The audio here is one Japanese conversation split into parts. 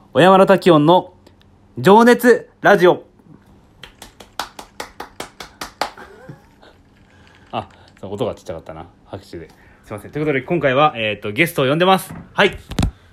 小山田滝音の情熱ラジオ。あ、そう音がちっちゃかったな。拍手で。すいません。ということで今回はゲストを呼んでます。はい。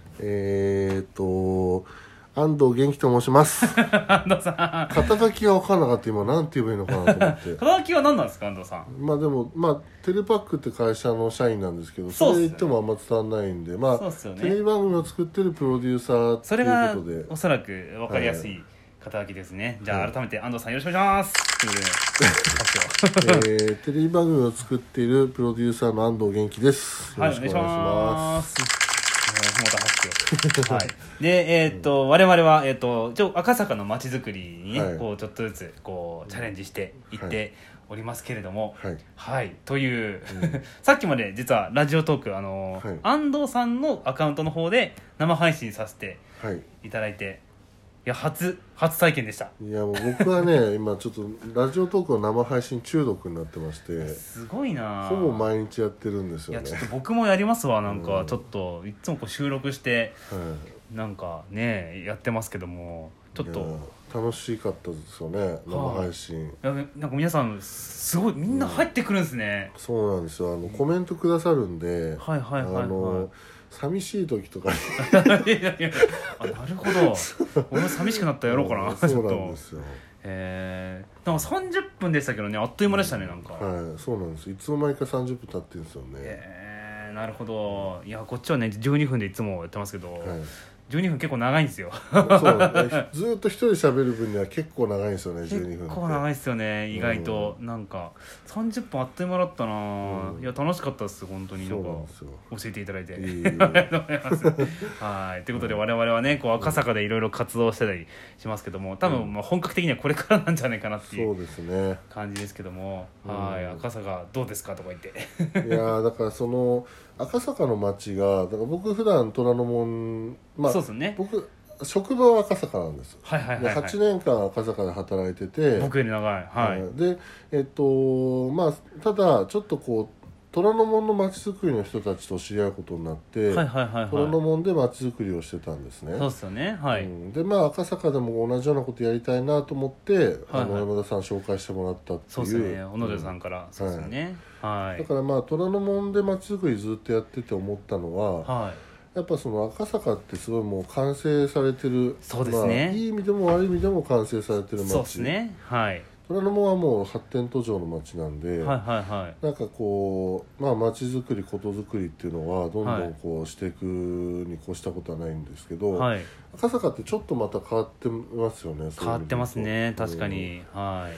安藤元気と申します。 安藤さん。 肩書きが分からなかった今なんて言えばいいのかなと思って。 肩書きは何なんですか安藤さん。 まあでもテレパックって会社の社員なんですけど、 そうっすね、 それ言ってもあんま伝わんないんで、まあそうっすよね、 テレビ番組を作ってるプロデューサーっていうことで、 それがおそらく分かりやすい肩書きですね。じゃあ改めて安藤さんよろしくお願いします。ということでテレビ番組を作っているプロデューサーの安藤元気です。よろしくお願いします。 また拍手を。はい。で、我々は、赤坂の街づくりにね、 はい、 こう、ちょっとずつ、こう、チャレンジしていっておりますけれども、 はい。 はい。という、さっきまで実はラジオトーク、 はい、 安藤さんのアカウントの方で生配信させていただいて、 はい、 いや初体験でした。 いやもう僕はね今ちょっとラジオトークの生配信中毒になってまして、 すごいな。 ほぼ毎日やってるんですよね。 いやちょっと僕もやりますわ。なんかちょっといつもこう収録して、なんかねやってますけども、ちょっと楽しかったですよね生配信。 なんか皆さんすごいみんな入ってくるんですね。 そうなんですよ。コメントくださるんで、寂しい時とかにいやいやなるほど。俺も寂しくなったらやろうかな。 そうなんですよ。 なんか30分でしたけどね、あっという間でしたね。なんかはいそうなんです。いつの間にか30分経ってるんですよね。 なるほど。いやこっちはね12分でいつもやってますけど、12分結構長いんですよ。 そうずっと一人喋る分には結構長いんですよね。12分って結構長いですよね意外と。なんか30分あっという間だったな。いや楽しかったです本当に。なんか教えていただいてありがとうございます。はいということで我々はねこう赤坂でいろいろ活動してたりしますけども、多分まあ本格的にはこれからなんじゃないかなっていう感じですけども、はい赤坂どうですかとか言って。 いやだからその赤坂の街がだから僕普段虎ノ門そうですね、 僕職場は赤坂なんです。 はいはいはい、はい、 8年間赤坂で働いてて、 僕より長い、はい、 でまあただちょっとこう虎ノ門の街づくりの人たちと知り合うことになって、虎ノ門で街づくりをしてたんですね。 そうですよね、はい、 でまあ赤坂でも同じようなことやりたいなと思って、山田さん紹介してもらったっていう。 そうですね、小野寺さんから、そうですよね、はい、 だからまあ虎ノ門で街づくりずっとやってて思ったのは、やっぱその赤坂ってすごいもう完成されてる。 そうですね、 いい意味でも悪い意味でも完成されてる街。 そうですね、はい、 虎ノ門はもう発展途上の街なんで、なんかこう街づくりことづくりっていうのはどんどんこうしていくに越したことはないんですけど、赤坂ってちょっとまた変わってますよね。 変わってますね確かに、はい、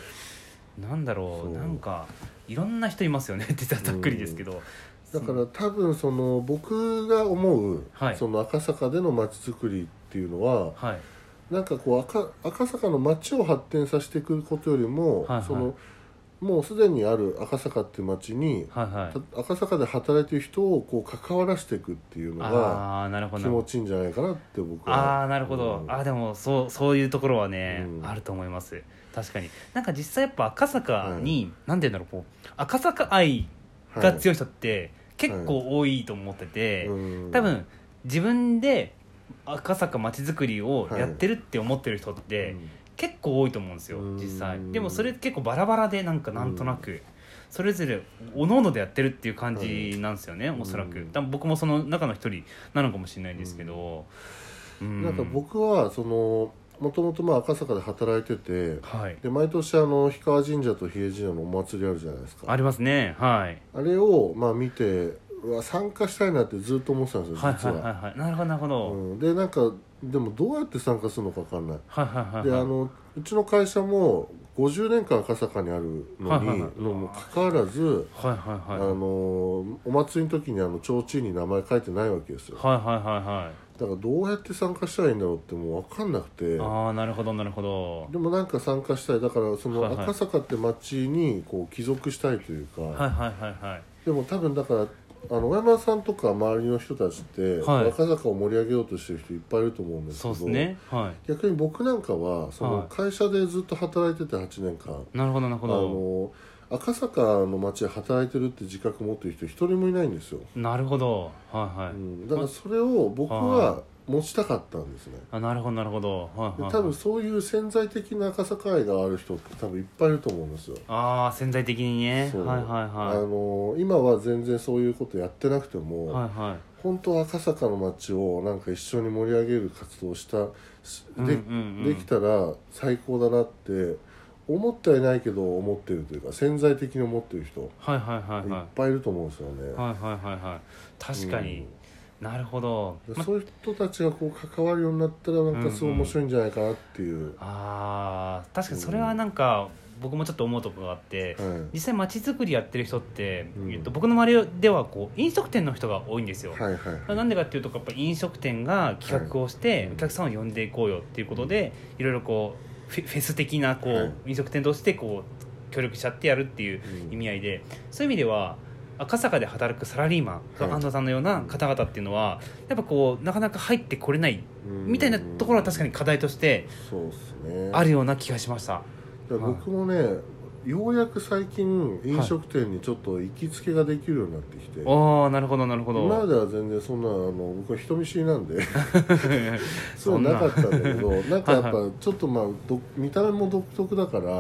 なんだろう、なんかいろんな人いますよねって言ったらざっくりですけど、 だから多分その僕が思う、その赤坂での街づくりっていうのは、なんかこう赤坂の街を発展させていくことよりも、そのもうすでにある赤坂っていう街に、赤坂で働いている人をこう関わらせていくっていうのが気持ちいいんじゃないかなって僕は。 なるほど、でもそういうところはね、あると思います。確かになんか実際やっぱ赤坂に、なんて言うんだろう、こう赤坂愛が強い人って結構多いと思ってて、多分自分で赤坂まちづくりをやってるって思ってる人って結構多いと思うんですよ実際。でもそれ結構バラバラでなんとなくそれぞれ各々でやってるっていう感じなんですよね、おそらく。多分僕もその中の一人なのかもしれないですけど、 なんか僕はそのもともと赤坂で働いてて、で毎年氷川神社と比叡神社のお祭りあるじゃないですか。 ありますね、はい。 あれを見て参加したいなってずっと思ってたんですよ実は。 なるほどなるほど、 でなんかでもどうやって参加するのか分かんない。でうちの会社も50年間赤坂にあるのにもかかわらず、お祭りの時に提灯に名前書いてないわけですよ。だからどうやって参加したらいいんだろうってもう分かんなくて。 なるほどなるほど。 でもなんか参加したい。だからその赤坂って街にこう帰属したいというか、でも多分だから小山さんとか周りの人たちって、赤坂を盛り上げようとしてる人いっぱいいると思うんですけど、 そうですね、 逆に僕なんかはその会社でずっと働いてて8年間、 なるほどなるほど、 赤坂の街で働いてるって自覚持ってる人一人もいないんですよ。 なるほど、 だからそれを僕は持ちたかったんですね。 なるほどなるほど、 で多分そういう潜在的な赤坂愛がある人って多分いっぱいいると思うんですよ。 潜在的にね。 今は全然そういうことやってなくても、本当は赤坂の街をなんか一緒に盛り上げる活動をできたら最高だなって思ってはいないけど思ってるというか、潜在的に思ってる人いっぱいいると思うんですよね。 確かに、なるほど。 そういう人たちがこう関わるようになったらなんかすごい面白いんじゃないかなっていう、 確かにそれはなんか、僕もちょっと思うところがあって、実際街づくりやってる人って、僕の周りではこう飲食店の人が多いんですよ。なんでかっていうと、やっぱ飲食店が企画をして、お客さんを呼んでいこうよっていうことで、いろいろこうフェス的なこう、飲食店としてこう協力しちゃってやるっていう意味合いで、そういう意味では赤坂で働くサラリーマン、安藤さんのような方々っていうのはやっぱこうなかなか入ってこれないみたいなところは確かに課題としてあるような気がしました。 僕もね、ようやく最近飲食店にちょっと行きつけができるようになってきて、 なるほどなるほど。 今までは全然そんな僕は人見知りなんでそういうのなかったんだけどなんかやっぱちょっと見た目も独特だから、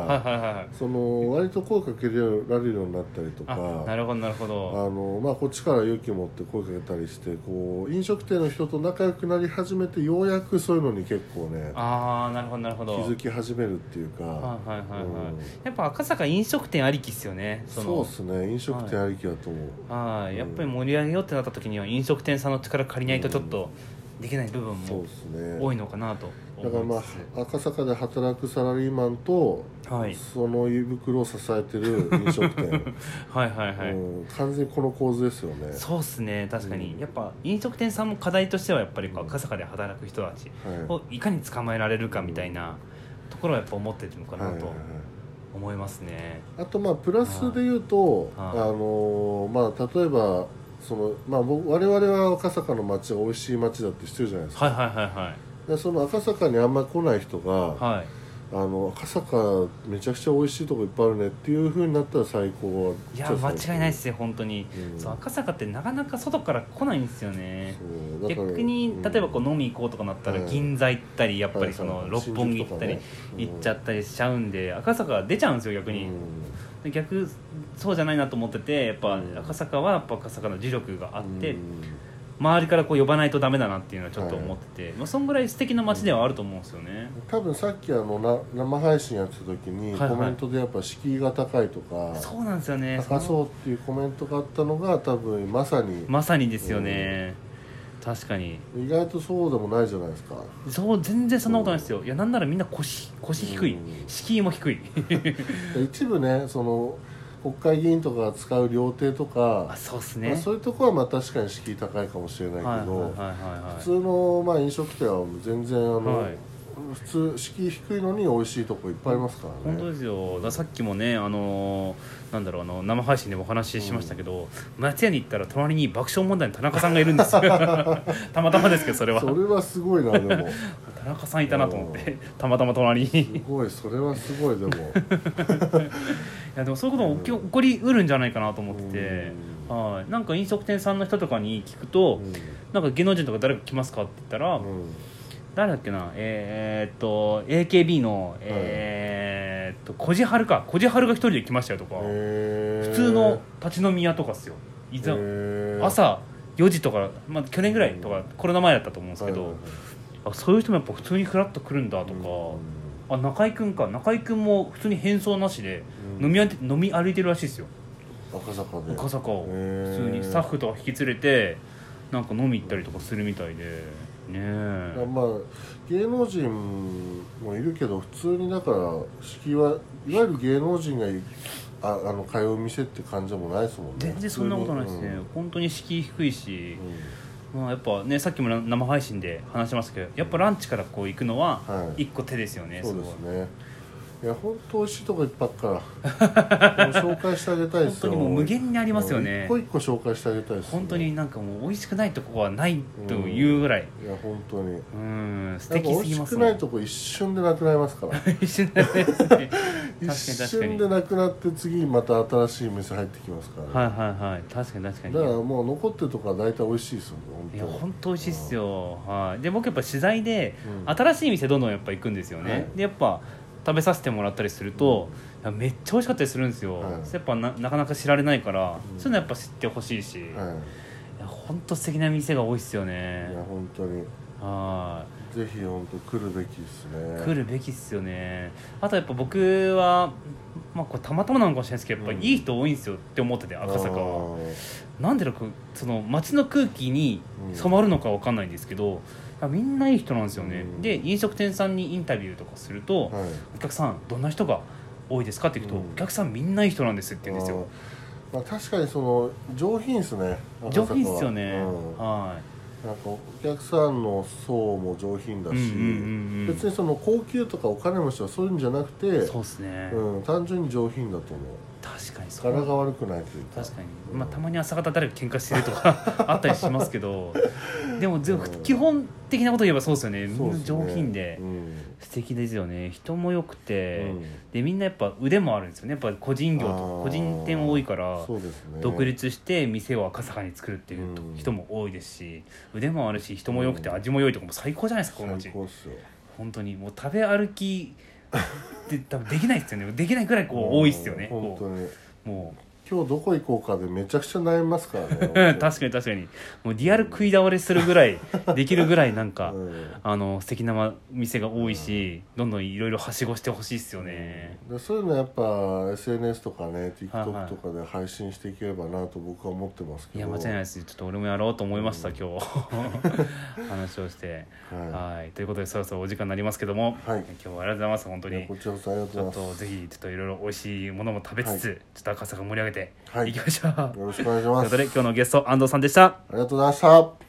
割と声かけられるようになったりとか、 なるほどなるほど。 こっちから勇気を持って声かけたりして、こう飲食店の人と仲良くなり始めて、ようやくそういうのに結構ね、 なるほどなるほど、 気づき始めるっていうか、 やっぱ赤坂飲食店ありきっすよね。 そうですね、飲食店ありきだと思う。 やっぱり盛り上げようってなった時には飲食店さんの力借りないとちょっとできない部分も多いのかなと思います。 だから赤坂で働くサラリーマンと、その胃袋を支えてる飲食店完全にこの構図ですよね。 そうですね、確かに、やっぱ飲食店さんも課題としてはやっぱり赤坂で働く人たちをいかに捕まえられるかみたいなところはやっぱ思ってるのかなと思いますね。 あとプラスで言うと、例えば我々は赤坂の街が美味しい街だって知ってるじゃないですか。でその赤坂にあんまり来ない人が、赤坂めちゃくちゃ美味しいとこいっぱいあるねっていう風になったら最高。 いや間違いないですよ本当に、そう赤坂ってなかなか外から来ないんですよね。逆に例えばこう飲み行こうとかなったら銀座行ったり、やっぱりその六本木行ったり行っちゃったりしちゃうんで、赤坂出ちゃうんですよ逆に。そうじゃないなと思ってて、やっぱ赤坂はやっぱ赤坂の磁力があって、周りからこう呼ばないとダメだなっていうのはちょっと思ってて、そんぐらい素敵な街ではあると思うんですよね。 多分さっき生配信やってた時にコメントでやっぱ敷居が高いとか、 そうなんですよね、 高そうっていうコメントがあったのが多分まさにですよね。確かに意外とそうでもないじゃないですか。 そう全然そんなことないですよ。いやなんならみんな腰低い、敷居も低い一部ね、その国会議員とかが使う料亭とか、 そうですね、 そういうとこは確かに敷居高いかもしれないけど、普通の飲食店は全然普通敷居低いのに美味しいとこいっぱいありますからね。 本当ですよ。さっきもね生配信でもお話ししましたけど、松屋に行ったら隣に爆笑問題の田中さんがいるんですよたまたまですけどそれはすごいな。でも田中さんいたなと思ってたまたま隣にすごい、それはすごい。でもいやでもそういうことも起こりうるんじゃないかなと思ってて、なんか飲食店さんの人とかに聞くと、なんか芸能人とか誰か来ますかって言ったら、誰だっけな、AKB の小路春が一人で来ましたよとか、普通の立ち飲み屋とかっすよ。朝4時とか、去年ぐらいとかコロナ前だったと思うんですけど、そういう人もやっぱ普通にフラッと来るんだとか、中居君も普通に変装なしで飲み歩いてるらしいですよ、赤坂を普通にスタッフとか引き連れてなんか飲み行ったりとかするみたいでね。 芸能人もいるけど、普通にだから敷居はいわゆる芸能人が通う店って感じでもないですもんね。 全然そんなことないですね、本当に敷居低いし、やっぱね、さっきも生配信で話しましたけど、やっぱランチからこう行くのは一個手ですよね。 そうですね。いや本当美味しいとこいっぱいあるから紹介してあげたいですよ。 本当にもう無限にありますよね。 一個一個紹介してあげたいです、ね、 本当になんかもう美味しくないとこはないというぐらい、 いや本当に素敵すぎますね。 美味しくないとこ一瞬でなくなりますから一瞬でなくなりますね一瞬でなくなって次また新しい店入ってきますからね。はいはいはい、確かに確かに。 だからもう残ってるとこは大体美味しいですよね。 いや本当美味しいっすよ。はい。で僕やっぱ取材で新しい店どんどんやっぱ行くんですよね。はい、でやっぱ食べさせてもらったりすると、いやめっちゃ美味しかったりするんですよ。はい、やっぱなかなか知られないから、そういうのやっぱ知ってほしいし。はい、いや本当素敵な店が多いっすよね。 いや本当に。はい。ぜひ本当来るべきですね。 来るべきっすよね。あとやっぱ僕は、まあ、これたまたまなのかもしれないですけど、やっぱいい人多いんですよって思ってて、赤坂は。なんでだかその街の空気に染まるのか分かんないんですけど、みんないい人なんですよね。で飲食店さんにインタビューとかすると、お客さんどんな人が多いですかって聞くと、お客さんみんないい人なんですって言うんですよ。 まあ、確かにその上品ですね。 上品っすよね。はい。 なんかお客さんの層も上品だし、別にその高級とかお金持ちはそういうんじゃなくて、 そうですね、 単純に上品だと思う。 確かにそう。 柄が悪くないというか。 確かに、まあ、たまに朝方誰か喧嘩してるとかあったりしますけど、でも基本的なこと言えばそうですよね。みんな上品で素敵ですよね。人も良くて、でみんなやっぱ腕もあるんですよね。やっぱ個人業とか個人店多いから、独立して店を赤坂に作るっていう人も多いですし、腕もあるし人も良くて味も良いとかも最高じゃないですか、この街。 最高っすよ本当に。もう食べ歩きで多分できないですよね。できないくらいこう多いですよね。 本当にもう今日どこ行こうかでめちゃくちゃ悩みますからね確かに確かに。もうリアル食い倒れするぐらいできるぐらいなんか、素敵な店が多いし、どんどんいろいろはしごしてほしいですよね。 そういうのやっぱ SNS とかね TikTok とかで配信していければなと僕は思ってますけど。 いや間違いないです。ちょっと俺もやろうと思いました、今日話をして、はい、ということでそろそろお時間になりますけども、今日はありがとうございます。本当にこちらこそありがとうございます。 ぜひちょっといろいろ美味しいものも食べつつ、ちょっと赤坂盛り上げていきましょう。 よろしくお願いします。 ということで今日のゲスト安藤さんでした。ありがとうございました。